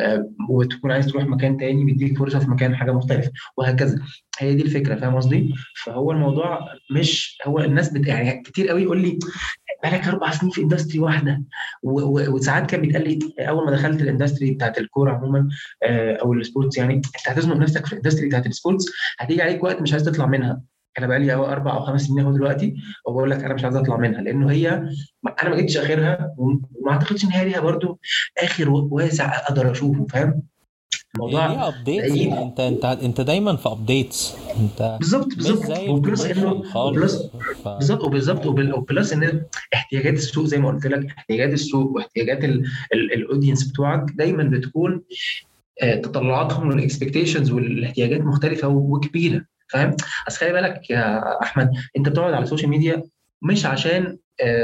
وتكون عايز تروح مكان تاني بيديك فرصه في مكان حاجه مختلفه، وهكذا. هي دي الفكره، فاهم قصدي؟ فهو الموضوع مش هو الناس يعني كتير قوي يقول لي بقالك 4 سنين في اندستري واحده، وساعات كان بيتقال لي اول ما دخلت الاندستري بتاعت الكوره عموما او السبورتس، يعني انت هتزنق نفسك في الاندستري بتاعت السبورتس، هتيجي عليك وقت مش عايز تطلع منها. انا بقى لي 4 أو 5 سنين اهو دلوقتي وبقول لك انا مش عايز اطلع منها، لانه انا ما جبتش اخرها، وما اعتقدش ان هي ليها برضو اخر واسع اقدر اشوفه، فاهم؟ الموضوع ليه ابديتس؟ بعيد. انت دايما في ابديتس، انت بالظبط مش بالظبط، زي وبلس الكوميرشال انه خالص. بالظبط وبلس ان احتياجات السوق زي ما قلت لك، احتياجات السوق واحتياجات الاودينس بتوعك دايما بتكون تطلعاتهم والاكسبكتيشنز والاحتياجات مختلفه وكبيره، فاهم؟ بس خلي بالك يا احمد، انت بتقعد على السوشيال ميديا مش عشان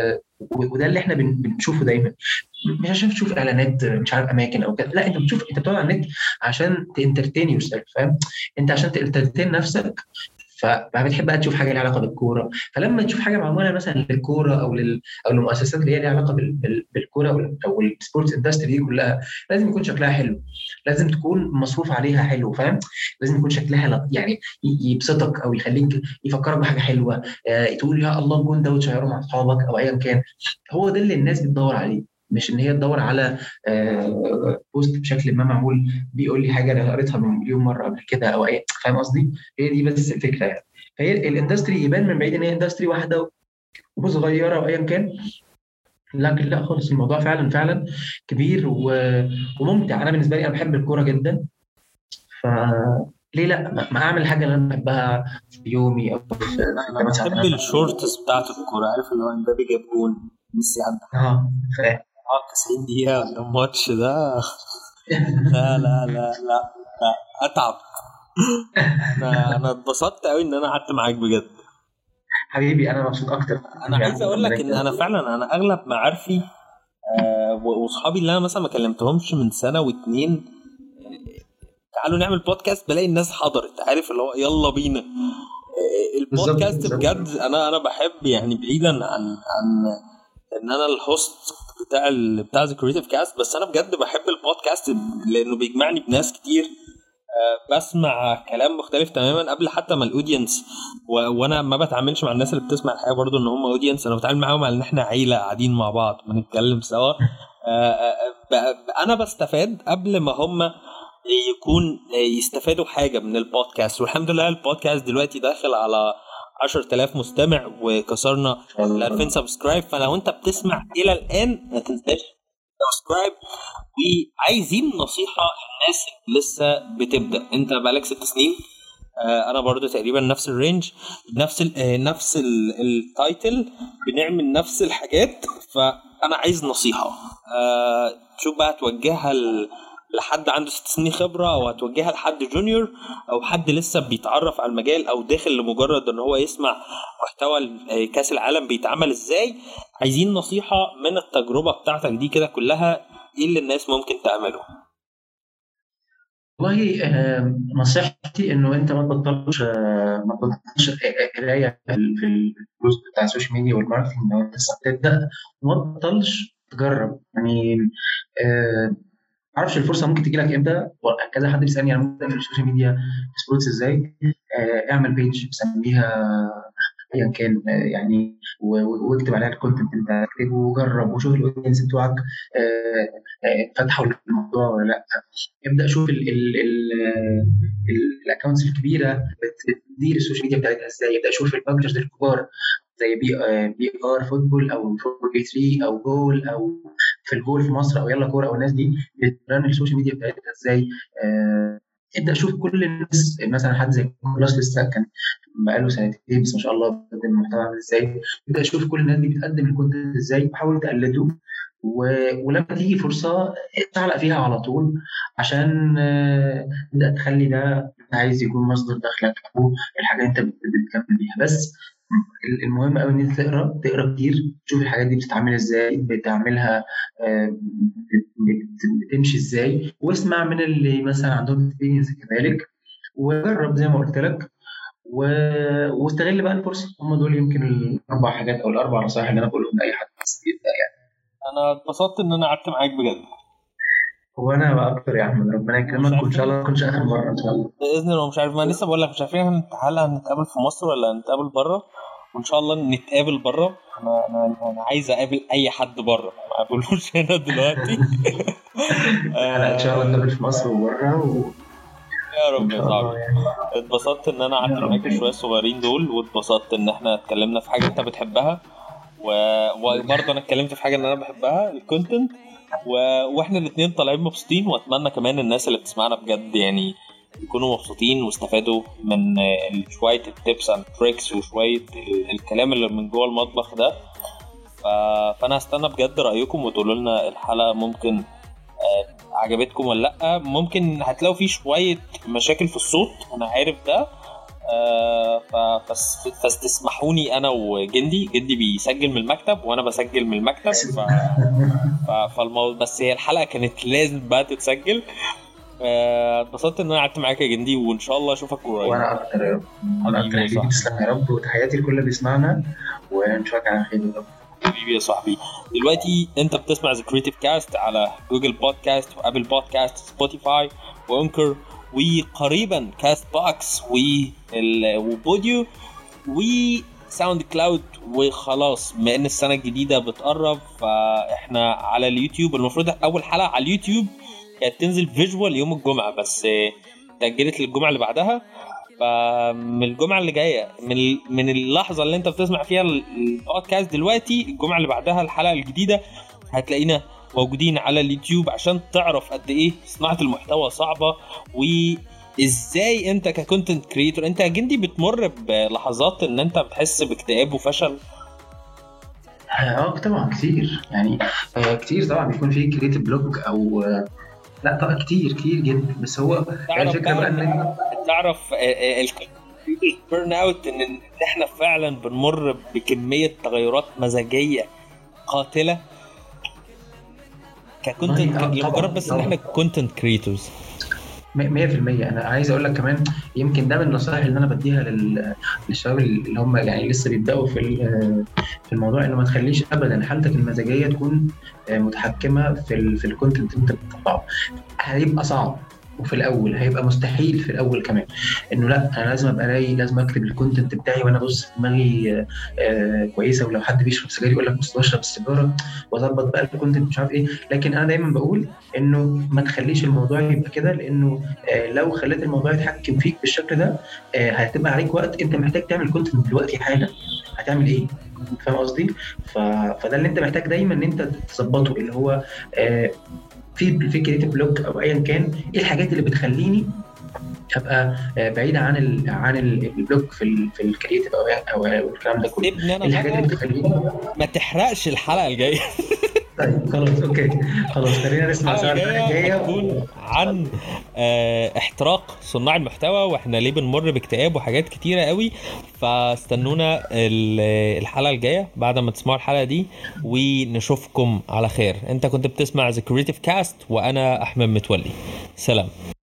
وده اللي احنا بنشوفه دايما، مش عشان تشوف اعلانات مش عارف اماكن او كده، لا انت بتقعد على النت عشان تنترتين يور سيلف، فاهم؟ انت عشان تنترتين نفسك، فبتحب بقى تشوف حاجه ليها علاقه بالكوره، فلما تشوف حاجه معموله مثلا للكوره او للمؤسسات اللي هي ليها علاقه بالكوره او السبورتس اندستري دي كلها، لازم يكون شكلها حلو، لازم تكون مصروف عليها حلو، فاهم؟ لازم يكون شكلها يعني يبسطك او يخليك يفكرك بحاجه حلوه، تقول يا الله الجون ده وتشيره مع اصحابك او ايا كان. هو ده اللي الناس بتدور عليه، مش ان هي تدور على بوست بشكل ما معمول بيقول لي حاجه انا قريتها من مليون مره قبل كده او اي، فاهم قصدي؟ هي دي بس الفكره يعني. فهي الاندستري يبان من بعيد ان هي اندستري واحده وصغيره وايا كان، لكن لا خالص، الموضوع فعلا فعلا كبير وممتع. انا بالنسبه لي انا بحب الكوره جدا، فليه لا ما اعمل حاجه اللي انا بحبها في يومي او في انا كمان بحب ساعتين. الشورتس بتاعت الكوره، عارف اللي هو امبابي جاب جون، ميسي عدى فاهم. 90 دقيقه قدام الماتش ده. لا لا لا لا لا، اتعب. انا اتبسطت قوي ان انا قعدت معاك بجد. حبيبي انا مبسوط اكتر. انا عايز اقول لك ان انا فعلا انا اغلب معارفي واصحابي اللي انا مثلا ما كلمتهمش من سنه واتنين تعالوا نعمل بودكاست، بلاقي الناس حضرت، عارف اللي هو يلا بينا. البودكاست بجد انا بحب، يعني بعيدا عن ان انا الهوست بتاع ذا كريتيف كاست، بس انا بجد بحب البودكاست لانه بيجمعني بناس كتير، بسمع كلام مختلف تماما قبل حتى ما الاودينس، وانا ما بتعاملش مع الناس اللي بتسمع الحقيقه برضو ان هم اودينس، انا بتعامل معاهم على ان احنا عيله قاعدين مع بعض بنتكلم سوا. انا بستفاد قبل ما هم يكون يستفادوا حاجه من البودكاست، والحمد لله البودكاست دلوقتي داخل على 10,000 مستمع وكسرنا 2000 سبسكرايب. فلو انت بتسمع الى الان ما تنساش سبسكرايب. وعايزين نصيحه الناس اللي لسه بتبدا، انت بقالك 6 سنين، انا برضو تقريبا نفس الرينج، نفس التايتل، بنعمل نفس الحاجات، فانا عايز نصيحه شوف بقى توجهها لحد عنده 6 سنين خبرة، او هتوجهها لحد جونيور او حد لسه بيتعرف على المجال او داخل لمجرد ان هو يسمع محتوى كاس العالم بيتعمل ازاي. عايزين نصيحة من التجربة بتاعتك دي كده كلها، ايه اللي الناس ممكن تعمله؟ والله نصيحتي انه انت ما تبطلش قرايه في الجزء بتاع السوشيال ميديا والماركتنج لو انت لسه بتبدا، وما تبطلش تجرب يعني. معرفش الفرصه ممكن تجي لك امتى، كذا حد بيسالني انا ممكن في السوشيال ميديا سبورتس ازاي. اعمل بيج سميها ايا كان يعني، واكتب عليها الكونتنت اللي انت هتكتبه، وجرب وشوف الاودينس بتوعك فتحوا الموضوع ولا لا. ابدا شوف الاكونتس الكبيره بتدير السوشيال ميديا بتاعتها ازاي. ابدا شوف الببلشرز الكبار زي بي ار فوتبول او فوتبول بي 3 او جول او في الجول في مصر او يلا كوره، او الناس دي بترن السوشيال ميديا بتاعتها ازاي. ابدا شوف كل الناس، مثلا حد زي كولاس لسه كان بقاله سنتين بس ما شاء الله بيقدم المحتوى عامل ازاي. ابدا شوف كل الناس دي بتقدم الكونتنت ازاي وحاول تقلده، ولما تيجي فرصه تعلق فيها على طول، عشان تبدا تخلي ده عايز يكون مصدر دخلك او الحاجه انت بتكمل بيها. بس المهم قوي ان انت تقرا كتير، تشوف الحاجات دي بتتعمل ازاي، بتعملها بتمشي ازاي، واسمع من اللي مثلا عندهم اكسبيرينس كذلك، وجرب زي ما قلت لك، واستغل بقى الفرصه. هم دول يمكن الاربع حاجات او الاربع نصائح اللي انا بقولهم لاي حد يبدا يعني. انا اتبسطت ان انا قعدت معاك بجد. وانا بقى اكتر يا احمد، ربنا يكرمك وان شاء الله ما تكونش اخر مره ان شاء الله باذن الله. مش عارف، ما لسه بقول لك مش عارفين هل هنتقابل في مصر ولا هنتقابل بره، وان شاء الله نتقابل بره. انا عايز اقابل اي حد بره، ما اقابلوش هنا دلوقتي. انا ان شاء الله نتقابل في مصر وبره يا رب يا صاحبي. اتبسطت ان انا قعدت معاك شويه صغيرين دول، واتبسطت ان احنا اتكلمنا في حاجه انت بتحبها، وبرضه انا اتكلمت في حاجه ان انا بحبها الكونتنت، واحنا الاثنين طالعين مبسوطين. واتمنى كمان الناس اللي بتسمعنا بجد يعني يكونوا مبسوطين واستفادوا من شويه التيبس اند تريكس وشويه الكلام اللي من جوه المطبخ ده. فانا هستنى بجد رايكم، وتقولوا لنا الحلقه ممكن عجبتكم ولا لا. ممكن هتلاقوا فيه شويه مشاكل في الصوت، انا عارف ده، فاستسمحوني انا جدي بيسجل من المكتب وانا بسجل من المكتب، فالموضوع بس هي الحلقه كانت لازم بقى تتسجل. اتبسطت ان انا قعدت معاك يا جندي، وان شاء الله اشوفك قريب. وانا اكتر يا رب، انا اكتر. تسلم يا رب، وتحياتي لكل اللي بيسمعنا، ونشوفك على خير يا رب. حبيبي يا صاحبي. دلوقتي انت بتسمع ذا كريتيف كاست على جوجل بودكاست وابل بودكاست سبوتيفاي وانكر وقريبا كاست بوكس وبوديو وساوند كلاود. وخلاص بما ان السنه الجديده بتقرب، فاحنا على اليوتيوب. المفروض اول حلقه على اليوتيوب كانت تنزل فيجوال يوم الجمعه، بس تأجلت للجمعه اللي بعدها. فمن الجمعه اللي جايه، من اللحظه اللي انت بتسمع فيها البودكاست دلوقتي، الجمعه اللي بعدها الحلقه الجديده هتلاقينا موجودين على اليوتيوب، عشان تعرف قد ايه صناعه المحتوى صعبه، وازاي انت ككونتنت كريتور انت يا جندي بتمر بلحظات ان انت بتحس باكتئاب وفشل. طبعا كتير يعني، كتير طبعا بيكون في كريتيف بلوك او لا طبعا كتير جدا. بس هو الفكره بقى ان تعرف البيرن اوت، ان احنا فعلا بنمر بكميه تغيرات مزاجيه قاتله ككونتنت، لمجرد بس ان احنا كونتنت كريتورز 100%. انا عايز اقول لك كمان، يمكن ده من النصائح اللي انا بديها للشباب اللي هم يعني لسه بيبداوا في الموضوع، انه ما تخليش ابدا حالتك المزاجيه تكون متحكمه في الكونتنت اللي انت بتطبعه. هيبقى صعب، وفي الاول هيبقى مستحيل في الاول كمان، انه لا انا لازم ابقى رايق، لازم اكتب الكونتنت بتاعي وانا بص دماغي كويسه. ولو حد بيشرب سجاير يقول لك بص بشرب السيجاره واظبط بقى الكونتنت مش عارف ايه. لكن انا دايما بقول انه ما تخليش الموضوع يبقى كده، لانه لو خليت الموضوع يتحكم فيك بالشكل ده هتبقى عليك وقت انت محتاج تعمل كونتنت دلوقتي حالا. هتعمل ايه؟ فاهم قصدي؟ فده اللي انت محتاج دايما ان انت تظبطه، اللي هو في كريتيف بلوك او ايا كان ايه الحاجات اللي بتخليني ابقى بعيده عن البلوك في الكريتيف او الكلام ده كله. الحاجات اللي بتخليني ما تحرقش الحلقه الجايه. طيب خلاص اوكي، خلاص خلينا نسمع الحلقه الجايه هتكون عن احتراق صناع المحتوى، واحنا ليه بنمر باكتئاب وحاجات كتيره قوي. فاستنونا الحلقه الجايه بعد ما تسمعوا الحلقه دي، ونشوفكم على خير. انت كنت بتسمع ذا كريتيف كاست، وانا احمد متولي. سلام.